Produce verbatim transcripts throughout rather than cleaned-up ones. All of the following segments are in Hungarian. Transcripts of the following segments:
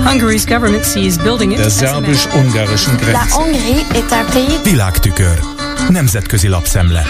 der szerbus-ungarischen Grenze. La Hongrie est un pays. Világtükör. Nemzetközi lapszemle.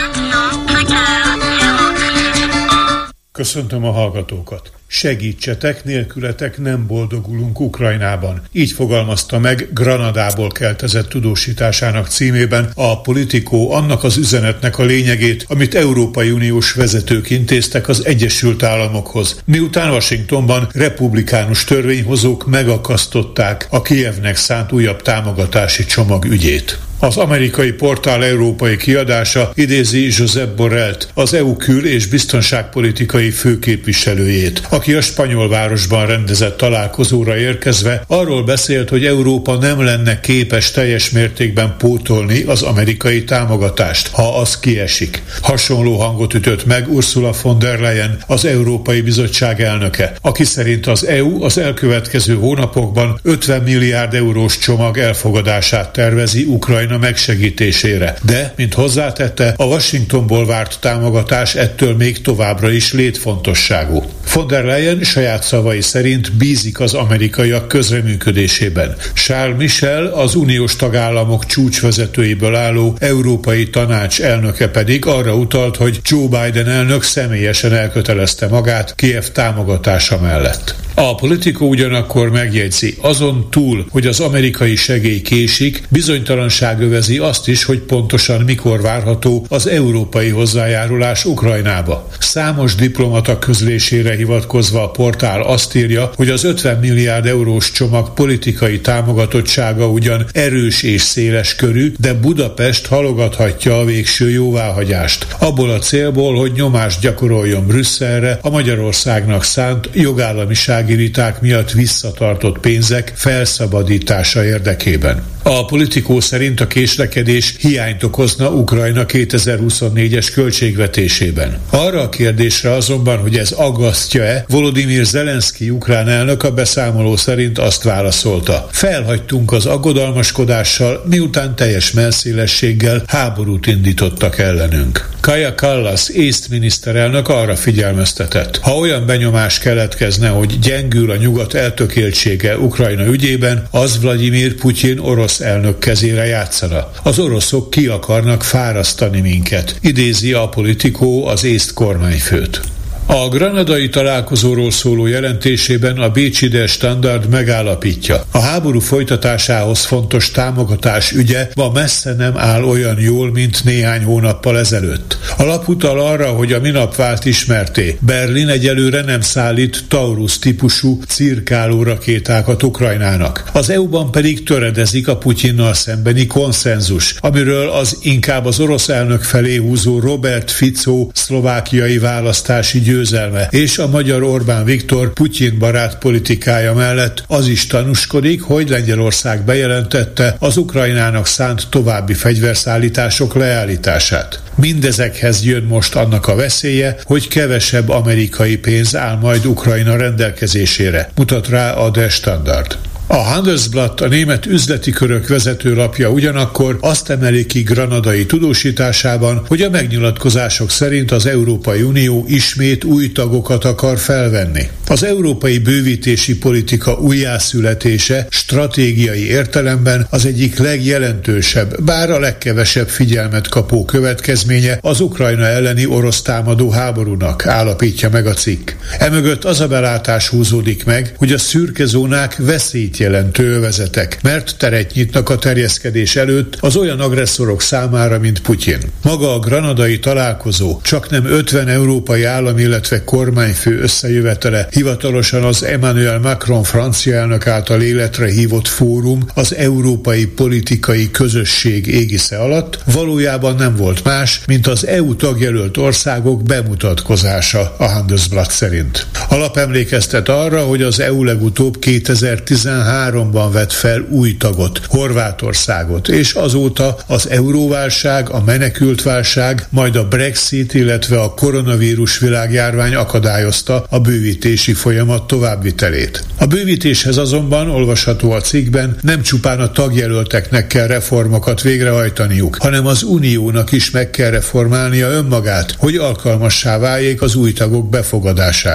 Köszöntöm a hallgatókat! Segítsetek, nélkületek nem boldogulunk Ukrajnában. Így fogalmazta meg Granadából keltezett tudósításának címében a Politico annak az üzenetnek a lényegét, amit Európai Uniós vezetők intéztek az Egyesült Államokhoz, miután Washingtonban republikánus törvényhozók megakasztották a Kijevnek szánt újabb támogatási csomag ügyét. Az amerikai portál európai kiadása idézi Josep Borrellt, az é u kül- és biztonságpolitikai főképviselőjét, aki a spanyol városban rendezett találkozóra érkezve arról beszélt, hogy Európa nem lenne képes teljes mértékben pótolni az amerikai támogatást, ha az kiesik. Hasonló hangot ütött meg Ursula von der Leyen, az Európai Bizottság elnöke, aki szerint az é u az elkövetkező hónapokban ötven milliárd eurós csomag elfogadását tervezi Ukrajna megsegítésére. De, mint hozzátette, a Washingtonból várt támogatás ettől még továbbra is létfontosságú. Von der Leyen saját szavai szerint bízik az amerikaiak közreműködésében. Charles Michel, az uniós tagállamok csúcsvezetőiből álló Európai Tanács elnöke pedig arra utalt, hogy Joe Biden elnök személyesen elkötelezte magát Kijev támogatása mellett. A Politico ugyanakkor megjegyzi, azon túl, hogy az amerikai segély késik, bizonytalanság övezi azt is, hogy pontosan mikor várható az európai hozzájárulás Ukrajnába. Számos diplomata közlésére hivatkozva a portál azt írja, hogy az ötven milliárd eurós csomag politikai támogatottsága ugyan erős és széles körű, de Budapest halogathatja a végső jóváhagyást. Abból a célból, hogy nyomást gyakoroljon Brüsszelre a Magyarországnak szánt jogállamisági viták miatt visszatartott pénzek felszabadítása érdekében. A Politico szerint a késlekedés hiányt okozna Ukrajna kétezer-huszonnégyes költségvetésében. Arra a kérdésre azonban, hogy ez aggasztja-e, Volodymyr Zelenszky ukrán elnök a beszámoló szerint azt válaszolta: felhagytunk az aggodalmaskodással, miután teljes mellszélességgel háborút indítottak ellenünk. Kaja Kallas észt miniszterelnök arra figyelmeztetett: ha olyan benyomás keletkezne, hogy gyengül a nyugat eltökéltsége Ukrajna ügyében, az Vladimir Putyin orosz elnök kezére játszana. Az oroszok ki akarnak fárasztani minket, idézi a Politico az észt kormányfőt. A granadai találkozóról szóló jelentésében a bécsi Der Standard megállapítja: a háború folytatásához fontos támogatás ügye ma messze nem áll olyan jól, mint néhány hónappal ezelőtt. A lap utal arra, hogy a minap vált ismerté: Berlin egyelőre nem szállít Taurus típusú cirkáló rakétákat Ukrajnának. Az é u-ban pedig töredezik a Putyinnal szembeni konszenzus, amiről az inkább az orosz elnök felé húzó Robert Fico szlovákiai választási győzelme és a magyar Orbán Viktor Putyin barát politikája mellett az is tanúskodik, hogy Lengyelország bejelentette az Ukrajnának szánt további fegyverszállítások leállítását. Mindezekhez jön most annak a veszélye, hogy kevesebb amerikai pénz áll majd Ukrajna rendelkezésére, mutat rá a Der Standard. A Handelsblatt, a német üzleti körök vezetőlapja ugyanakkor azt emeli ki granadai tudósításában, hogy a megnyilatkozások szerint az Európai Unió ismét új tagokat akar felvenni. Az európai bővítési politika újjászületése stratégiai értelemben az egyik legjelentősebb, bár a legkevesebb figyelmet kapó következménye az Ukrajna elleni orosz támadó háborúnak, állapítja meg a cikk. Emögött az a belátás húzódik meg, hogy a szürke zónák veszélyt jelentő övezetek, mert teret nyitnak a terjeszkedés előtt az olyan agresszorok számára, mint Putyin. Maga a granadai találkozó csaknem ötven európai állam, illetve kormányfő összejövetele, hivatalosan az Emmanuel Macron francia elnök által életre hívott fórum az Európai Politikai Közösség égisze alatt valójában nem volt más, mint az é u tagjelölt országok bemutatkozása a Handelsblatt szerint. A lap emlékeztet arra, hogy az é u legutóbb kétezer-tizenháromban vett fel új tagot, Horvátországot, és azóta az euróválság, a menekültválság, majd a Brexit, illetve a koronavírus világjárvány akadályozta a bővítési folyamat továbbvitelét. A bővítéshez azonban, olvasható a cikkben, nem csupán a tagjelölteknek kell reformokat végrehajtaniuk, hanem az uniónak is meg kell reformálnia önmagát, hogy alkalmassá váljék az új tagok befogadására.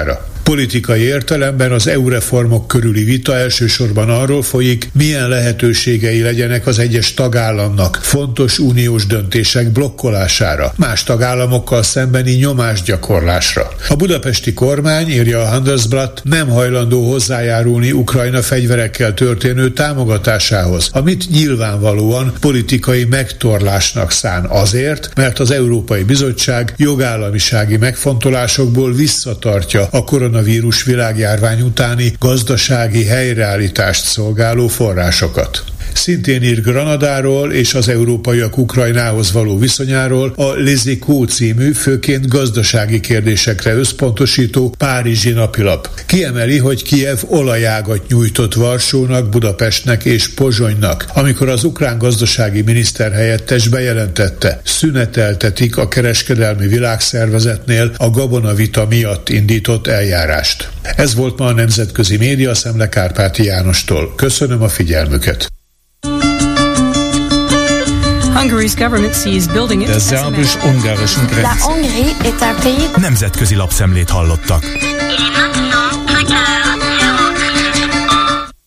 Politikai értelemben az é u-reformok körüli vita elsősorban arról folyik, milyen lehetőségei legyenek az egyes tagállamnak fontos uniós döntések blokkolására, más tagállamokkal szembeni nyomásgyakorlásra. A budapesti kormány, írja a Handelsblatt, nem hajlandó hozzájárulni Ukrajna fegyverekkel történő támogatásához, amit nyilvánvalóan politikai megtorlásnak szán azért, mert az Európai Bizottság jogállamisági megfontolásokból visszatartja a koronavírus világjárvány utáni gazdasági helyreállítást szolgáló forrásokat. Szintén ír Granadáról és az európaiak Ukrajnához való viszonyáról a Les Échos című, főként gazdasági kérdésekre összpontosító párizsi napilap. Kiemeli, hogy Kijev olajágat nyújtott Varsónak, Budapestnek és Pozsonynak, amikor az ukrán gazdasági miniszter helyettes bejelentette, szüneteltetik a kereskedelmi világszervezetnél a gabonavita miatt indított eljárást. Ez volt ma a Nemzetközi Média Szemle Kárpáti Jánostól. Köszönöm a figyelmüket. Der szerbus-ungarischen Grenze. Nemzetközi lapszemlét hallottak.